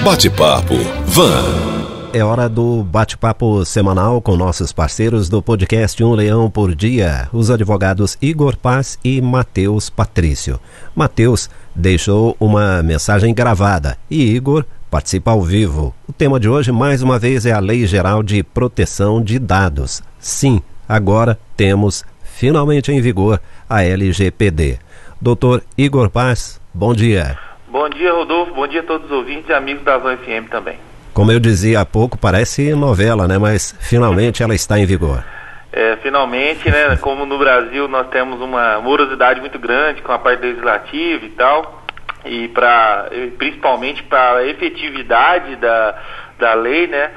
Bate-papo Van. É hora do bate-papo semanal com nossos parceiros do podcast Um Leão por Dia, os advogados Igor Paz e Matheus Patrício. Matheus deixou uma mensagem gravada e Igor participa ao vivo. O tema de hoje, mais uma vez, é a Lei Geral de Proteção de Dados. Sim, agora temos finalmente em vigor a LGPD. Doutor Igor Paz, bom dia. Bom dia, Rodolfo. Bom dia a todos os ouvintes e amigos da Van FM também. Como eu dizia há pouco, parece novela, né? Mas finalmente ela está em vigor. Finalmente, né? Como no Brasil nós temos uma morosidade muito grande com a parte legislativa e tal, e principalmente para a efetividade da lei, né?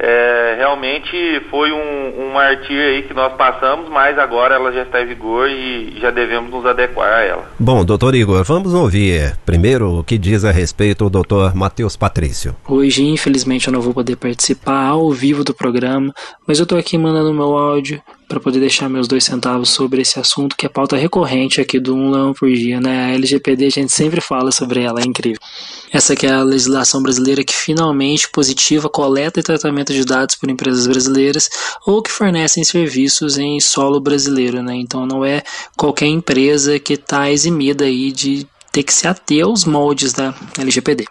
Realmente foi um martírio aí que nós passamos, mas agora ela já está em vigor e já devemos nos adequar a ela. Bom, doutor Igor, vamos ouvir primeiro o que diz a respeito o doutor Matheus Patrício. Hoje, infelizmente, eu não vou poder participar ao vivo do programa, mas eu estou aqui mandando meu áudio para poder deixar meus 2 centavos sobre esse assunto, que é pauta recorrente aqui do Um Leão por Dia, né? A LGPD, a gente sempre fala sobre ela, é incrível. Essa que é a legislação brasileira que finalmente positiva coleta e tratamento de dados por empresas brasileiras ou que fornecem serviços em solo brasileiro, né? Então não é qualquer empresa que está eximida aí de ter que se ater aos moldes da LGPD.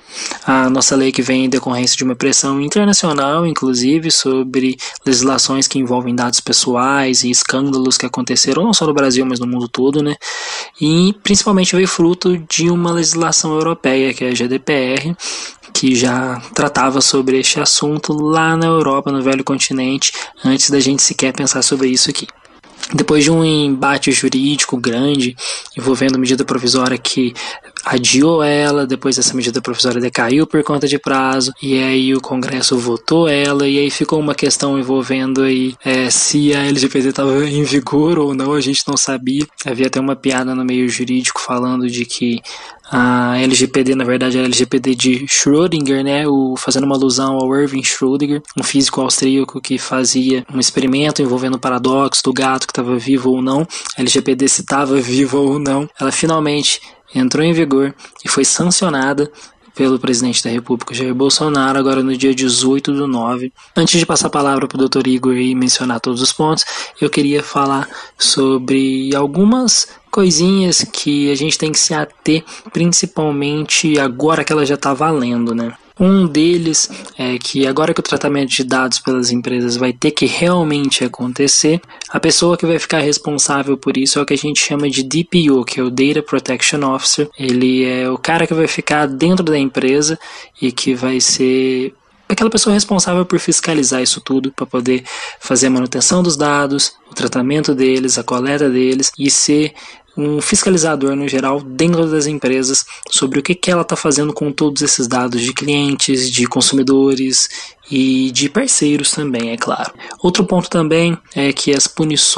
A nossa lei que vem em decorrência de uma pressão internacional, inclusive, sobre legislações que envolvem dados pessoais e escândalos que aconteceram não só no Brasil, mas no mundo todo, né? E principalmente veio fruto de uma legislação europeia, que é a GDPR, que já tratava sobre este assunto lá na Europa, no velho continente, antes da gente sequer pensar sobre isso aqui. Depois de um embate jurídico grande envolvendo medida provisória que adiou ela, depois essa medida provisória decaiu por conta de prazo, e aí o Congresso votou ela, e aí ficou uma questão envolvendo aí se a LGPD estava em vigor ou não, a gente não sabia. Havia até uma piada no meio jurídico falando de que a LGPD, na verdade, é a LGPD de Schrödinger, né? Fazendo uma alusão ao Erwin Schrödinger, um físico austríaco que fazia um experimento envolvendo o paradoxo do gato que estava vivo ou não. A LGPD se estava viva ou não. Ela finalmente entrou em vigor e foi sancionada pelo presidente da República, Jair Bolsonaro, agora no dia 18/9. Antes de passar a palavra para o Dr. Igor e mencionar todos os pontos, eu queria falar sobre algumas coisinhas que a gente tem que se ater, principalmente agora que ela já está valendo, né? Um deles é que agora que o tratamento de dados pelas empresas vai ter que realmente acontecer, a pessoa que vai ficar responsável por isso é o que a gente chama de DPO, que é o Data Protection Officer. Ele é o cara que vai ficar dentro da empresa e que vai ser aquela pessoa responsável por fiscalizar isso tudo, para poder fazer a manutenção dos dados, o tratamento deles, a coleta deles e ser um fiscalizador no geral dentro das empresas sobre o que ela está fazendo com todos esses dados de clientes, de consumidores e de parceiros também, é claro. Outro ponto também é que as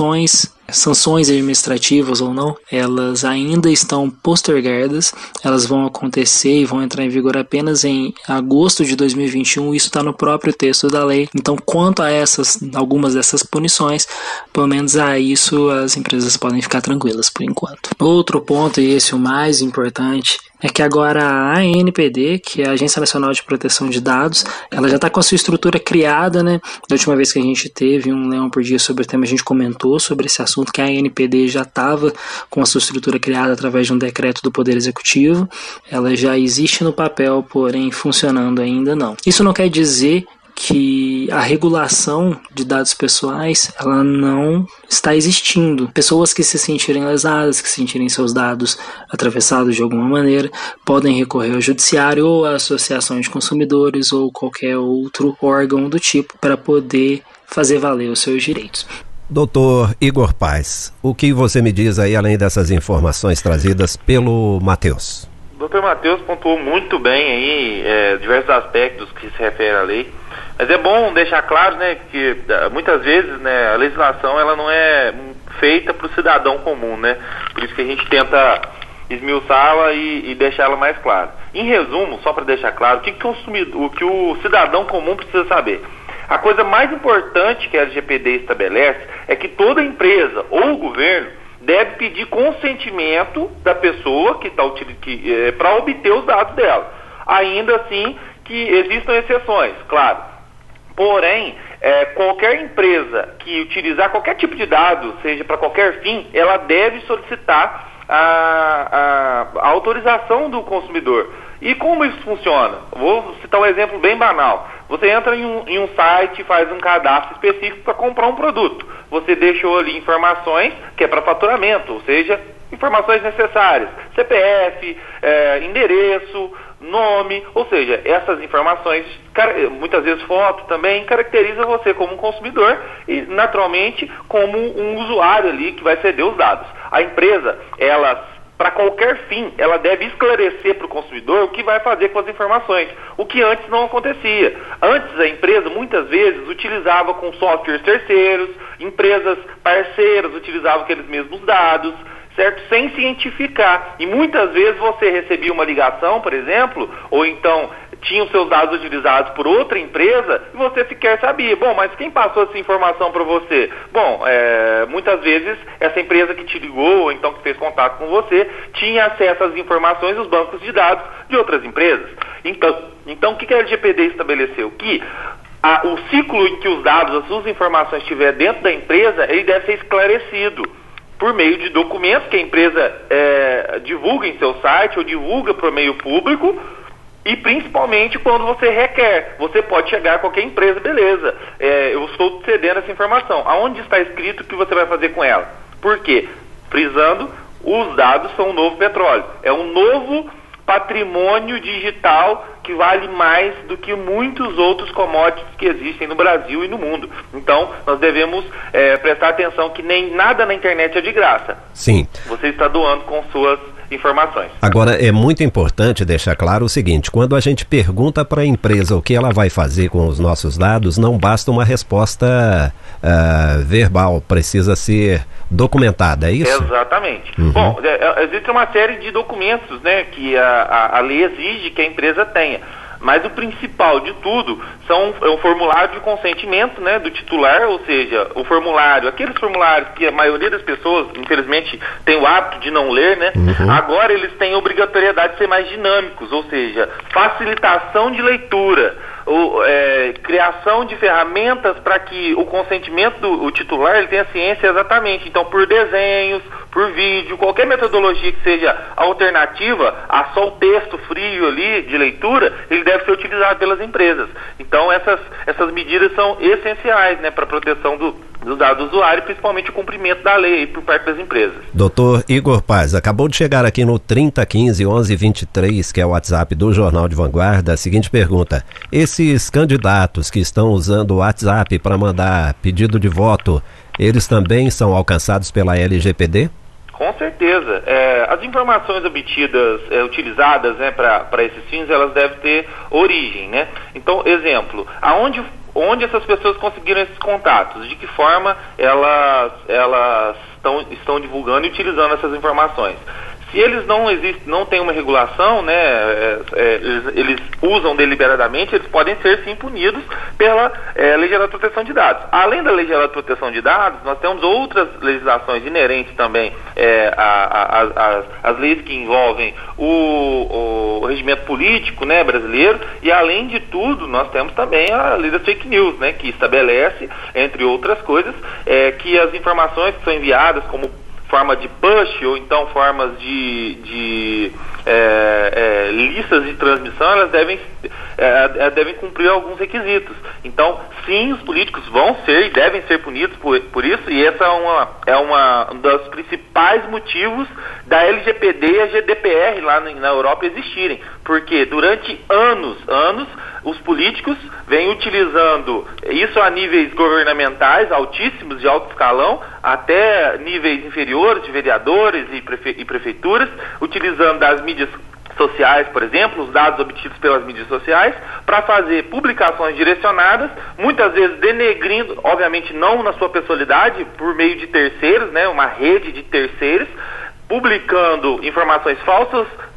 sanções administrativas ou não, elas ainda estão postergadas, elas vão acontecer e vão entrar em vigor apenas em agosto de 2021, isso está no próprio texto da lei. Então, quanto a algumas dessas punições, pelo menos a isso as empresas podem ficar tranquilas por enquanto. Outro ponto, e esse o mais importante, é que agora a ANPD, que é a Agência Nacional de Proteção de Dados, ela já está com a sua estrutura criada, né? Da última vez que a gente teve um Leão por Dia sobre o tema, a gente comentou sobre esse assunto, que a ANPD já estava com a sua estrutura criada através de um decreto do Poder Executivo. Ela já existe no papel, porém funcionando ainda não. Isso não quer dizer que a regulação de dados pessoais ela não está existindo. Pessoas que se sentirem lesadas, que sentirem seus dados atravessados de alguma maneira, podem recorrer ao judiciário ou à associação de consumidores ou qualquer outro órgão do tipo para poder fazer valer os seus direitos. Doutor Igor Paz, o que você me diz aí além dessas informações trazidas pelo Matheus? O Dr. Matheus pontuou muito bem aí diversos aspectos que se referem à lei. Mas é bom deixar claro, né, que muitas vezes, né, a legislação ela não é feita para o cidadão comum, né? Por isso que a gente tenta esmiuçá-la e deixá-la mais clara. Em resumo, só para deixar claro, o que o cidadão comum precisa saber. A coisa mais importante que a LGPD estabelece é que toda empresa ou governo deve pedir consentimento da pessoa que está para obter os dados dela. Ainda assim, que existam exceções, claro. Porém, qualquer empresa que utilizar qualquer tipo de dado, seja para qualquer fim, ela deve solicitar a autorização do consumidor. E como isso funciona? Vou citar um exemplo bem banal. Você entra em um site, faz um cadastro específico para comprar um produto. Você deixou ali informações que é para faturamento, ou seja, informações necessárias. CPF, endereço, nome, ou seja, essas informações, muitas vezes foto também, caracteriza você como um consumidor e, naturalmente, como um usuário ali que vai ceder os dados. A empresa, para qualquer fim, ela deve esclarecer para o consumidor o que vai fazer com as informações, o que antes não acontecia. Antes, a empresa, muitas vezes, utilizava com softwares terceiros, empresas parceiras utilizavam aqueles mesmos dados, certo? Sem cientificar. E muitas vezes você recebia uma ligação, por exemplo, ou então tinha os seus dados utilizados por outra empresa e você sequer sabia. Bom, mas quem passou essa informação para você? Bom, muitas vezes essa empresa que te ligou, ou então que fez contato com você, tinha acesso às informações dos bancos de dados de outras empresas. Então o que a LGPD estabeleceu? Que o ciclo em que os dados, as suas informações estiver dentro da empresa, ele deve ser esclarecido por meio de documentos que a empresa divulga em seu site ou divulga para o meio público, e principalmente quando você requer. Você pode chegar a qualquer empresa, beleza, eu estou cedendo essa informação. Aonde está escrito o que você vai fazer com ela? Por quê? Frisando, os dados são um novo petróleo. É um novo patrimônio digital que vale mais do que muitos outros commodities que existem no Brasil e no mundo. Então, nós devemos prestar atenção que nem nada na internet é de graça. Sim. Você está doando com suas informações. Agora, é muito importante deixar claro o seguinte: quando a gente pergunta para a empresa o que ela vai fazer com os nossos dados, não basta uma resposta verbal, precisa ser documentada, é isso? Exatamente. Uhum. Bom, existe uma série de documentos, né, que a lei exige que a empresa tenha. Mas o principal de tudo é um formulário de consentimento, né, do titular, ou seja, o formulário, aqueles formulários que a maioria das pessoas, infelizmente, tem o hábito de não ler, né? Uhum. Agora eles têm obrigatoriedade de ser mais dinâmicos, ou seja, facilitação de leitura, criação de ferramentas para que o consentimento do titular ele tenha ciência exatamente. Então, por desenhos, por vídeo, qualquer metodologia que seja alternativa a só o texto frio ali de leitura, ele deve ser utilizado pelas empresas. Então, essas medidas são essenciais, né, para a proteção dos dados do usuário e principalmente o cumprimento da lei por parte das empresas. Doutor Igor Paz, acabou de chegar aqui no 3015-1123, que é o WhatsApp do Jornal de Vanguarda, a seguinte pergunta: esses candidatos que estão usando o WhatsApp para mandar pedido de voto, eles também são alcançados pela LGPD? Com certeza. As informações obtidas, utilizadas, né, para esses fins, elas devem ter origem, né? Então, exemplo, onde essas pessoas conseguiram esses contatos? De que forma elas estão divulgando e utilizando essas informações? Se eles não têm uma regulação, né, eles usam deliberadamente, eles podem ser sim punidos pela Lei Geral de Proteção de Dados. Além da Lei Geral de Proteção de Dados, nós temos outras legislações inerentes também às leis que envolvem o regimento político, né, brasileiro, e além de tudo, nós temos também a Lei das Fake News, né, que estabelece, entre outras coisas, que as informações que são enviadas como forma de push ou então formas de listas de transmissão, elas devem cumprir alguns requisitos. Então, sim, os políticos vão ser e devem ser punidos por isso, e essa é um dos principais motivos da LGPD e a GDPR lá na Europa existirem, porque durante anos os políticos vêm utilizando isso a níveis governamentais altíssimos, de alto escalão, até níveis inferiores de vereadores e prefeituras, utilizando das mídias sociais, por exemplo, os dados obtidos pelas mídias sociais, para fazer publicações direcionadas, muitas vezes denegrindo, obviamente não na sua pessoalidade, por meio de terceiros, né, uma rede de terceiros, publicando informações falsas,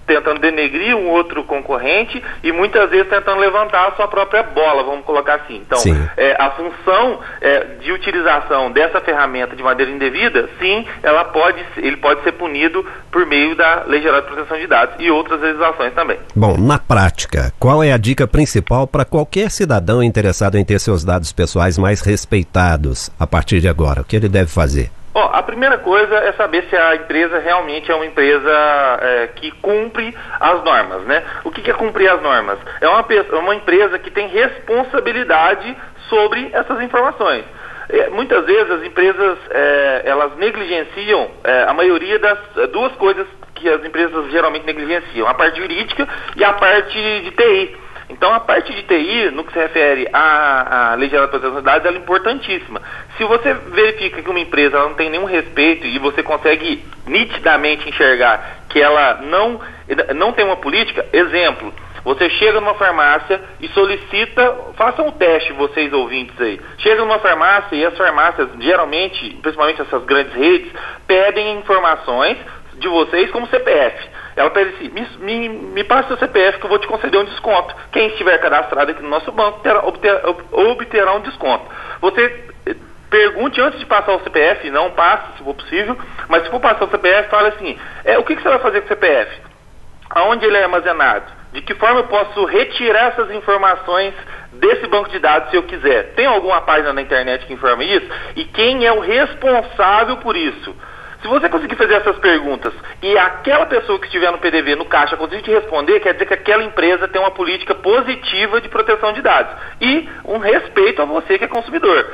tentando denegrir um outro concorrente e muitas vezes tentando levantar a sua própria bola, vamos colocar assim. Então, a função de utilização dessa ferramenta de maneira indevida, sim, ele pode ser punido por meio da Lei Geral de Proteção de Dados e outras legislações também. Bom, na prática, qual é a dica principal para qualquer cidadão interessado em ter seus dados pessoais mais respeitados a partir de agora? O que ele deve fazer? A primeira coisa é saber se a empresa realmente é uma empresa que cumpre as normas, né? O que é cumprir as normas? É uma empresa que tem responsabilidade sobre essas informações. Muitas vezes as empresas elas negligenciam a maioria das duas coisas que as empresas geralmente negligenciam, a parte jurídica e a parte de TI. Então, a parte de TI, no que se refere à Lei Geral de Proteção de Dados, ela é importantíssima. Se você verifica que uma empresa ela não tem nenhum respeito e você consegue nitidamente enxergar que ela não tem uma política, exemplo, você chega numa farmácia e solicita, façam um teste vocês ouvintes aí, chega numa farmácia e as farmácias, geralmente, principalmente essas grandes redes, pedem informações de vocês como CPF. Ela pede assim, me passe seu CPF que eu vou te conceder um desconto. Quem estiver cadastrado aqui no nosso banco obterá um desconto. Você pergunte antes de passar o CPF, não passe se for possível, mas se for passar o CPF, fale assim, o que você vai fazer com o CPF? Aonde ele é armazenado? De que forma eu posso retirar essas informações desse banco de dados se eu quiser? Tem alguma página na internet que informa isso? E quem é o responsável por isso? Se você conseguir fazer essas perguntas e aquela pessoa que estiver no PDV, no caixa, conseguir te responder, quer dizer que aquela empresa tem uma política positiva de proteção de dados e um respeito a você que é consumidor.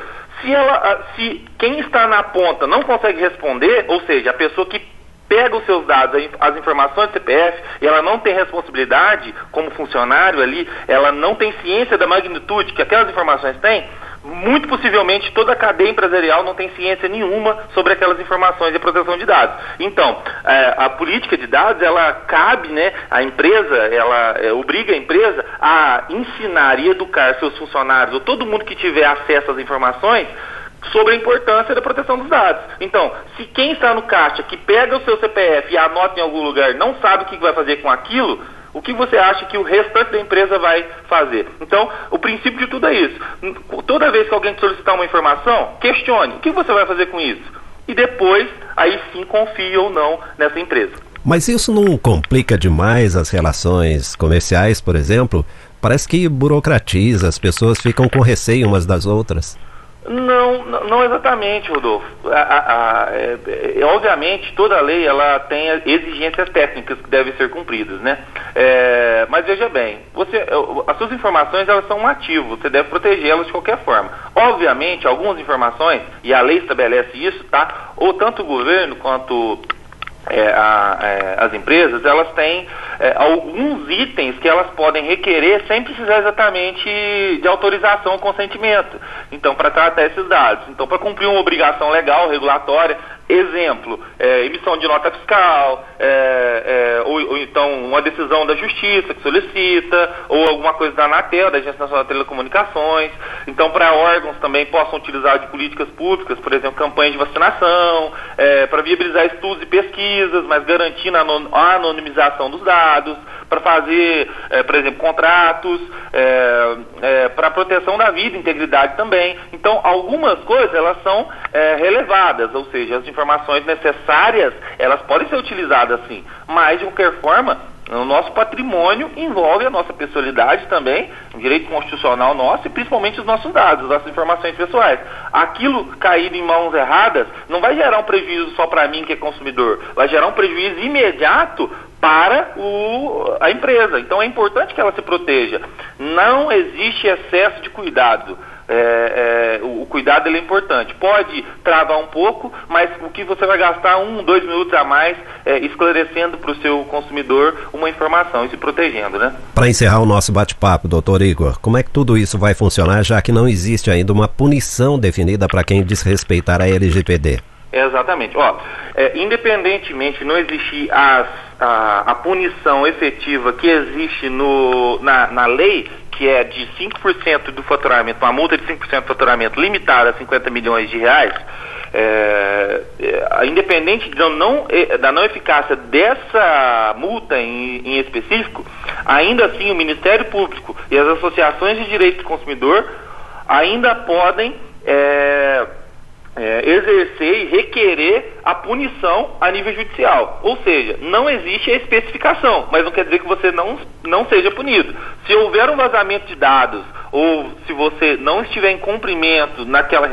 Se quem está na ponta não consegue responder, ou seja, a pessoa que pega os seus dados, as informações do CPF, e ela não tem responsabilidade como funcionário ali, ela não tem ciência da magnitude que aquelas informações têm, muito possivelmente toda a cadeia empresarial não tem ciência nenhuma sobre aquelas informações de proteção de dados. Então, a política de dados, ela cabe, né, a empresa, ela obriga a empresa a ensinar e educar seus funcionários, ou todo mundo que tiver acesso às informações, sobre a importância da proteção dos dados. Então, se quem está no caixa, que pega o seu CPF e anota em algum lugar, não sabe o que vai fazer com aquilo, o que você acha que o restante da empresa vai fazer? Então, o princípio de tudo é isso. Toda vez que alguém te solicitar uma informação, questione. O que você vai fazer com isso? E depois, aí sim, confie ou não nessa empresa. Mas isso não complica demais as relações comerciais, por exemplo? Parece que burocratiza, as pessoas ficam com receio umas das outras. Não exatamente, Rodolfo. Obviamente, toda lei ela tem exigências técnicas que devem ser cumpridas, né? Mas veja bem, as suas informações elas são um ativo, você deve protegê-las de qualquer forma. Obviamente, algumas informações, e a lei estabelece isso, tá? Ou tanto o governo quanto as empresas, elas têm alguns itens que elas podem requerer sem precisar exatamente de autorização ou consentimento. Então, para tratar esses dados. Então, para cumprir uma obrigação legal, regulatória, exemplo, emissão de nota fiscal, ou então uma decisão da Justiça que solicita, ou alguma coisa da Anatel, da Agência Nacional de Telecomunicações. Então, para órgãos também possam utilizar de políticas públicas, por exemplo, campanhas de vacinação, para viabilizar estudos e pesquisas, mas garantindo a anonimização dos dados, para fazer, por exemplo, contratos, para proteção da vida, integridade também. Então, algumas coisas, elas são relevadas, ou seja, as informações necessárias, elas podem ser utilizadas sim, mas, de qualquer forma, o nosso patrimônio envolve a nossa pessoalidade também, um direito constitucional nosso e principalmente os nossos dados, as nossas informações pessoais. Aquilo caído em mãos erradas não vai gerar um prejuízo só para mim que é consumidor, vai gerar um prejuízo imediato para a empresa. Então é importante que ela se proteja. Não existe excesso de cuidado. O cuidado ele é importante. Pode travar um pouco, mas o que você vai gastar 1-2 minutos a mais esclarecendo para o seu consumidor uma informação e se protegendo, né? Para encerrar o nosso bate-papo, doutor Igor, como é que tudo isso vai funcionar, já que não existe ainda uma punição definida para quem desrespeitar a LGPD? Exatamente. Independentemente não existir a punição efetiva que existe na lei, que é de 5% do faturamento, uma multa de 5% do faturamento limitada a 50 milhões de reais, independente da não eficácia dessa multa em específico, ainda assim o Ministério Público e as associações de direito do consumidor ainda podem exercer e requerer a punição a nível judicial. Ou seja, não existe a especificação, mas não quer dizer que você não seja punido. Se houver um vazamento de dados, ou se você não estiver em cumprimento naquela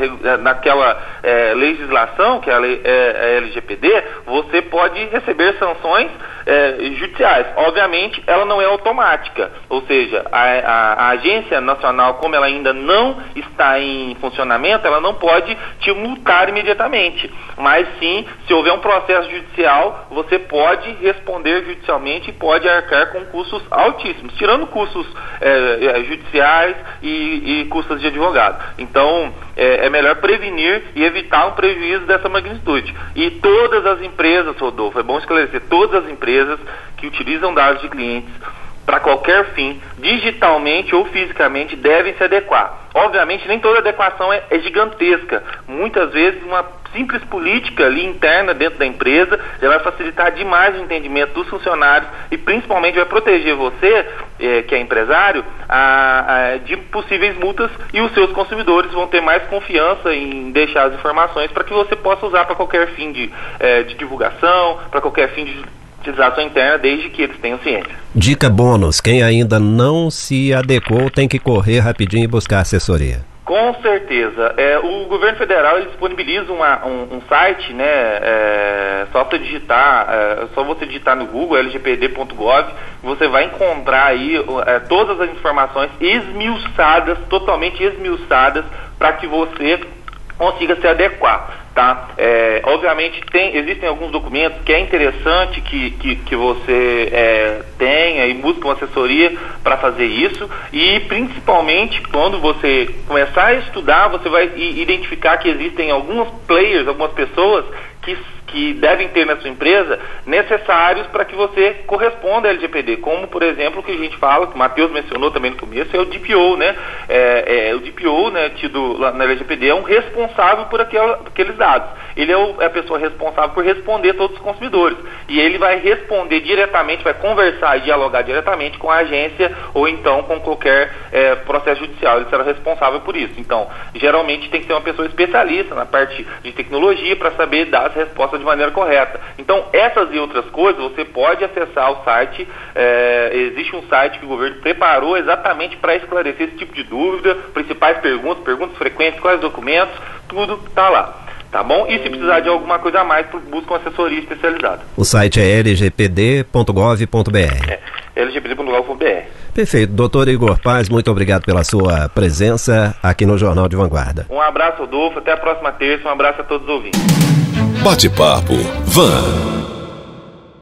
legislação, que é a LGPD, você pode receber sanções judiciais. Obviamente, ela não é automática, ou seja, a Agência Nacional, como ela ainda não está em funcionamento, ela não pode te multar imediatamente, mas sim, se houver um processo judicial, você pode responder judicialmente e pode arcar com custos altíssimos, tirando custos judiciais e custos de advogado. Então, é melhor prevenir e evitar um prejuízo dessa magnitude. E todas as empresas, Rodolfo, é bom esclarecer, todas as empresas que utilizam dados de clientes para qualquer fim, digitalmente ou fisicamente, devem se adequar. Obviamente, nem toda adequação é gigantesca. Muitas vezes, uma simples política ali interna dentro da empresa já vai facilitar demais o entendimento dos funcionários e principalmente vai proteger você, que é empresário, de possíveis multas, e os seus consumidores vão ter mais confiança em deixar as informações para que você possa usar para qualquer fim de divulgação, para qualquer fim de utilização interna, desde que eles tenham ciência. Dica bônus: quem ainda não se adequou tem que correr rapidinho e buscar assessoria. Com certeza. O governo federal ele disponibiliza um site, né? Só você digitar no Google, lgpd.gov, você vai encontrar aí todas as informações esmiuçadas, totalmente esmiuçadas, para que você consiga se adequar, tá? Obviamente existem alguns documentos que é interessante que você tenha e busque uma assessoria para fazer isso, e principalmente quando você começar a estudar, você vai identificar que existem alguns players, algumas pessoas que devem ter na sua empresa necessários para que você corresponda à LGPD, como, por exemplo, o que a gente fala, que o Matheus mencionou também no começo, é o DPO, né? O DPO, né, tido lá na LGPD, é um responsável por aqueles dados. Ele é a pessoa responsável por responder a todos os consumidores. E ele vai responder diretamente, vai conversar e dialogar diretamente com a agência ou então com qualquer processo judicial. Ele será responsável por isso. Então, geralmente tem que ser uma pessoa especialista na parte de tecnologia para saber dar as respostas de maneira correta. Então, essas e outras coisas, você pode acessar o site. Existe um site que o governo preparou exatamente para esclarecer esse tipo de dúvida, principais perguntas frequentes, quais documentos, tudo está lá. Tá bom? E se precisar de alguma coisa a mais, busca uma assessoria especializada. O site é lgpd.gov.br. lgpd.gov.br. Perfeito. Doutor Igor Paz, muito obrigado pela sua presença aqui no Jornal de Vanguarda. Um abraço, Rodolfo. Até a próxima terça. Um abraço a todos os ouvintes. Bate-papo Van.